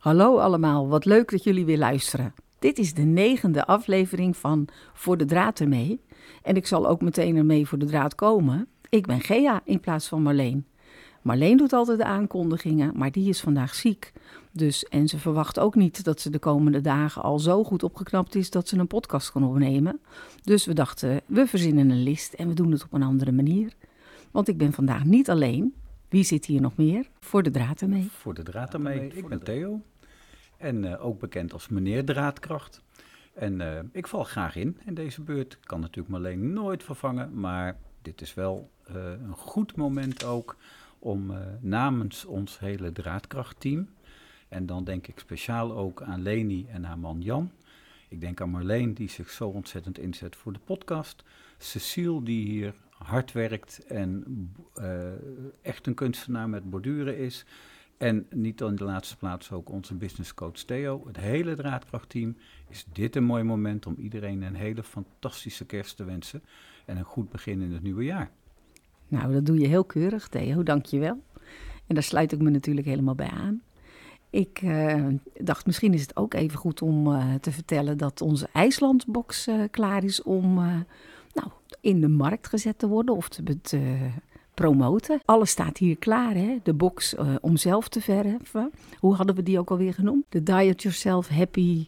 Hallo allemaal, wat leuk dat jullie weer luisteren. Dit is de 9e aflevering van Voor de Draad ermee. En ik zal ook meteen ermee voor de draad komen. Ik ben Gea in plaats van Marleen. Marleen doet altijd de aankondigingen, maar die is vandaag ziek. En ze verwacht ook niet dat ze de komende dagen al zo goed opgeknapt is dat ze een podcast kan opnemen. Dus we dachten, we verzinnen een list en we doen het op een andere manier. Want ik ben vandaag niet alleen. Wie zit hier nog meer? Voor de draad ermee. Voor de draad ermee. Ik ben Theo. En ook bekend als meneer Draadkracht. En ik val graag in deze beurt. Ik kan natuurlijk Marleen nooit vervangen. Maar dit is wel een goed moment ook om namens ons hele Draadkrachtteam. En dan denk ik speciaal ook aan Leni en haar man Jan. Ik denk aan Marleen die zich zo ontzettend inzet voor de podcast. Cecile die hier hard werkt en echt een kunstenaar met borduren is. En niet in de laatste plaats ook onze businesscoach Theo. Het hele Draadkrachtteam is dit een mooi moment om iedereen een hele fantastische kerst te wensen. En een goed begin in het nieuwe jaar. Nou, dat doe je heel keurig, Theo. Dank je wel. En daar sluit ik me natuurlijk helemaal bij aan. Ik dacht, misschien is het ook even goed om te vertellen dat onze IJslandbox klaar is om in de markt gezet te worden of te promoten. Alles staat hier klaar, hè? De box om zelf te verven. Hoe hadden we die ook alweer genoemd? De Die-It-Yourself Happy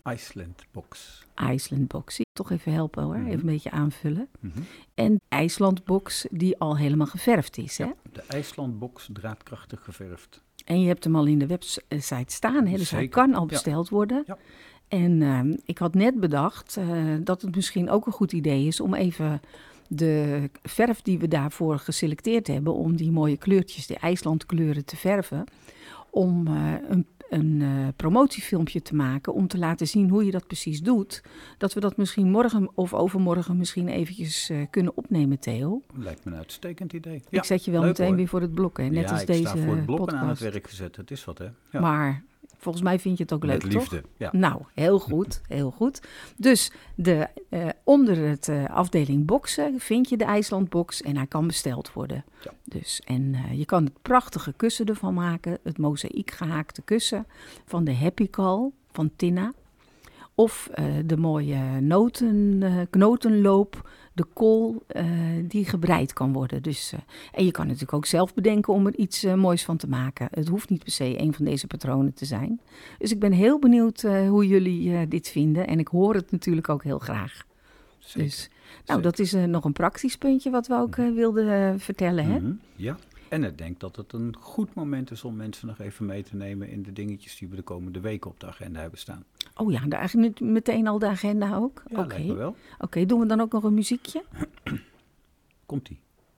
Iceland box. Toch even helpen hoor, even een beetje aanvullen. Mm-hmm. En IJslandbox die al helemaal geverfd is, hè? Ja, de IJslandbox draadkrachtig geverfd. En je hebt hem al in de website staan, hè? Dus hij kan al besteld worden. Ja. En ik had net bedacht dat het misschien ook een goed idee is om even de verf die we daarvoor geselecteerd hebben, om die mooie kleurtjes, de IJslandkleuren te verven, om een promotiefilmpje te maken, om te laten zien hoe je dat precies doet. Dat we dat misschien morgen of overmorgen misschien eventjes kunnen opnemen, Theo. Lijkt me een uitstekend idee. Ik zet je wel meteen weer voor het blok, hè? Net als deze podcast. Ja, ik sta voor het blok en aan het werk gezet. Het is wat, hè? Ja. Maar volgens mij vind je het ook leuk, toch? Met liefde, toch? ja. Nou, heel goed, heel goed. Dus onder het afdeling boxen vind je de IJslandbox en hij kan besteld worden. Ja. Je kan het prachtige kussen ervan maken, het mozaïek gehaakte kussen van de Happy Call van Tinna. Of de mooie knotenloop, de kool die gebreid kan worden. En je kan natuurlijk ook zelf bedenken om er iets moois van te maken. Het hoeft niet per se een van deze patronen te zijn. Dus ik ben heel benieuwd hoe jullie dit vinden. En ik hoor het natuurlijk ook heel graag. Zeker. Dus, dat is nog een praktisch puntje wat we ook wilden vertellen. Hè? Mm-hmm. Ja. En ik denk dat het een goed moment is om mensen nog even mee te nemen in de dingetjes die we de komende weken op de agenda hebben staan. Oh ja, daar eigenlijk nu meteen al de agenda ook? Ja, lijkt me wel. Oké, doen we dan ook nog een muziekje? Komt-ie.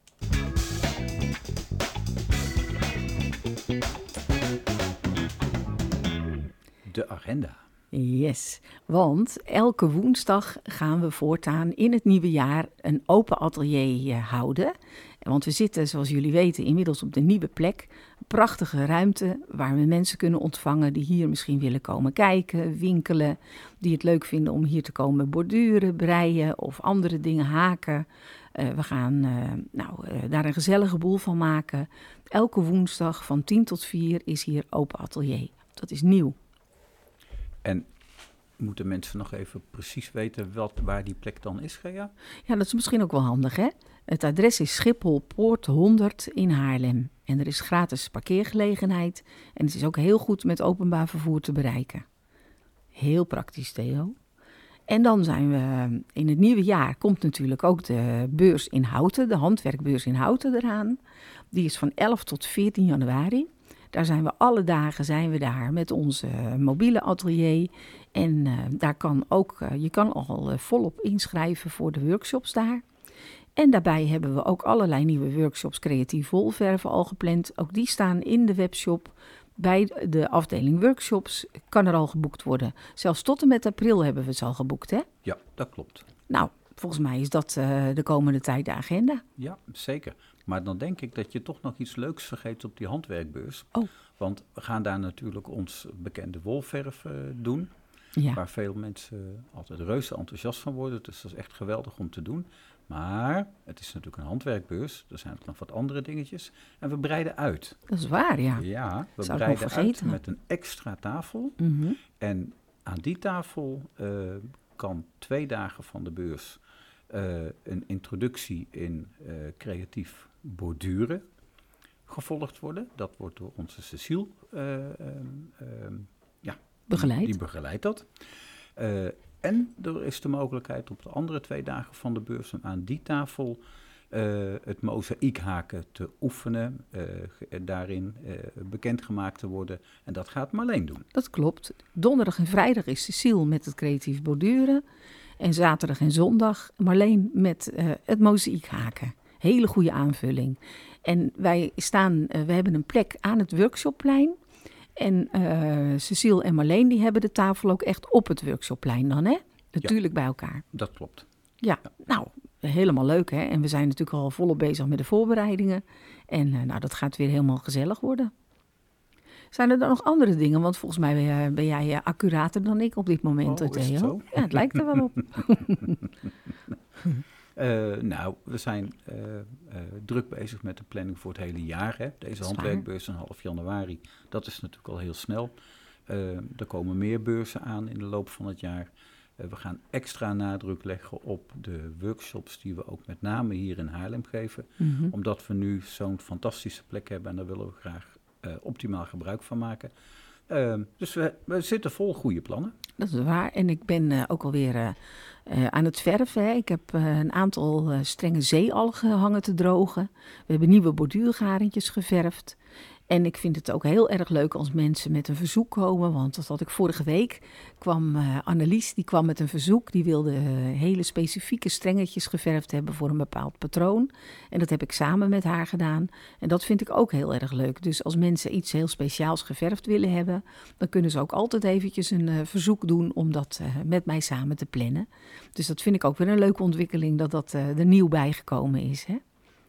De agenda. Yes, want elke woensdag gaan we voortaan in het nieuwe jaar een open atelier houden. Want we zitten, zoals jullie weten, inmiddels op de nieuwe plek. Een prachtige ruimte waar we mensen kunnen ontvangen die hier misschien willen komen kijken, winkelen. Die het leuk vinden om hier te komen borduren, breien of andere dingen haken. We gaan daar een gezellige boel van maken. Elke woensdag van 10 tot 4 is hier open atelier. Dat is nieuw. En moeten mensen nog even precies weten waar die plek dan is, Gea? Ja, dat is misschien ook wel handig, hè? Het adres is Schiphol Poort 100 in Haarlem. En er is gratis parkeergelegenheid. En het is ook heel goed met openbaar vervoer te bereiken. Heel praktisch, Theo. En dan zijn we in het nieuwe jaar, komt natuurlijk ook de beurs in Houten, de handwerkbeurs in Houten eraan. Die is van 11 tot 14 januari. Daar zijn we alle dagen daar met onze mobiele atelier. En daar kan ook, je kan al volop inschrijven voor de workshops daar. En daarbij hebben we ook allerlei nieuwe workshops creatief wolverven al gepland. Ook die staan in de webshop. Bij de afdeling workshops kan er al geboekt worden. Zelfs tot en met april hebben we het al geboekt, hè? Ja, dat klopt. Nou, volgens mij is dat de komende tijd de agenda. Ja, zeker. Maar dan denk ik dat je toch nog iets leuks vergeet op die handwerkbeurs. Oh. Want we gaan daar natuurlijk ons bekende wolverf doen. Ja. Waar veel mensen altijd reuze enthousiast van worden. Dus dat is echt geweldig om te doen. Maar het is natuurlijk een handwerkbeurs. Er zijn ook nog wat andere dingetjes. En we breiden uit. Dat is waar, ja. Ja, we Zou ik nog breiden uit vergeten. met een extra tafel. Mhm. En aan die tafel kan 2 dagen van de beurs een introductie in creatief borduren gevolgd worden. Dat wordt door onze Cecile Begeleid. Die begeleidt dat. En er is de mogelijkheid op de andere 2 dagen van de beurs om aan die tafel het mozaïekhaken te oefenen, daarin bekendgemaakt te worden. En dat gaat Marleen doen. Dat klopt. Donderdag en vrijdag is Cecile met het creatief borduren. En zaterdag en zondag Marleen met het mozaïekhaken. Hele goede aanvulling. En we hebben een plek aan het workshopplein. En Cecile en Marleen die hebben de tafel ook echt op het workshopplein dan, hè? Natuurlijk bij elkaar. Dat klopt. Ja, nou, helemaal leuk, hè? En we zijn natuurlijk al volop bezig met de voorbereidingen. En dat gaat weer helemaal gezellig worden. Zijn er dan nog andere dingen? Want volgens mij ben jij accurater dan ik op dit moment, Is Theo. het zo? Ja, het lijkt er wel op. We zijn druk bezig met de planning voor het hele jaar. Hè. Deze handwerkbeurs in half januari, dat is natuurlijk al heel snel. Er komen meer beurzen aan in de loop van het jaar. We gaan extra nadruk leggen op de workshops die we ook met name hier in Haarlem geven. Mhm. Omdat we nu zo'n fantastische plek hebben en daar willen we graag optimaal gebruik van maken. Dus we zitten vol goede plannen. Dat is waar. En ik ben ook alweer aan het verven. Hè. Ik heb een aantal strenge zeealgen hangen te drogen. We hebben nieuwe borduurgarentjes geverfd. En ik vind het ook heel erg leuk als mensen met een verzoek komen. Want dat had ik vorige week. Kwam Annelies, die kwam met een verzoek. Die wilde hele specifieke strengetjes geverfd hebben voor een bepaald patroon. En dat heb ik samen met haar gedaan. En dat vind ik ook heel erg leuk. Dus als mensen iets heel speciaals geverfd willen hebben, dan kunnen ze ook altijd eventjes een verzoek doen om dat met mij samen te plannen. Dus dat vind ik ook weer een leuke ontwikkeling dat er nieuw bijgekomen is, hè.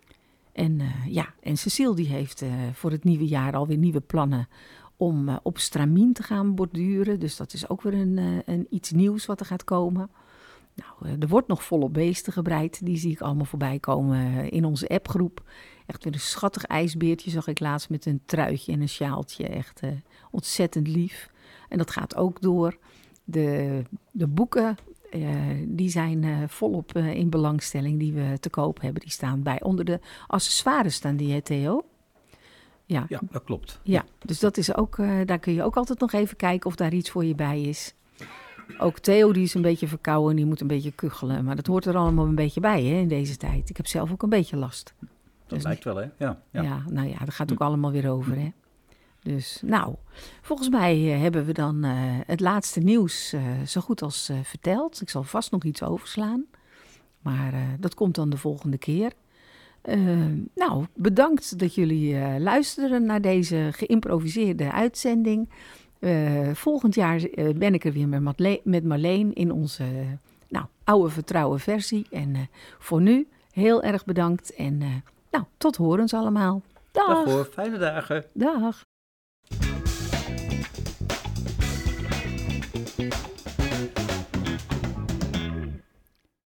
En Cecile die heeft voor het nieuwe jaar alweer nieuwe plannen om op stramien te gaan borduren. Dus dat is ook weer een iets nieuws wat er gaat komen. Nou, er wordt nog volop beesten gebreid. Die zie ik allemaal voorbij komen in onze appgroep. Echt weer een schattig ijsbeertje zag ik laatst met een truitje en een sjaaltje. Echt ontzettend lief. En dat gaat ook door. De boeken die zijn volop in belangstelling die we te koop hebben. Die staan bij onder de accessoires staan die, hè, Theo? Ja, dat klopt. Ja, dus dat is ook, daar kun je ook altijd nog even kijken of daar iets voor je bij is. Ook Theo die is een beetje verkouden en die moet een beetje kuchelen. Maar dat hoort er allemaal een beetje bij, hè, in deze tijd. Ik heb zelf ook een beetje last. Dat Dus lijkt wel, hè? Ja. Nou ja, dat gaat ook allemaal weer over, hè. Dus nou, volgens mij hebben we dan het laatste nieuws zo goed als verteld. Ik zal vast nog iets overslaan, maar dat komt dan de volgende keer. Nou, bedankt dat jullie luisteren naar deze geïmproviseerde uitzending. Volgend jaar ben ik er weer met Marleen in onze oude vertrouwen versie. En voor nu heel erg bedankt en tot horens allemaal. Dag. Dag hoor, fijne dagen. Dag.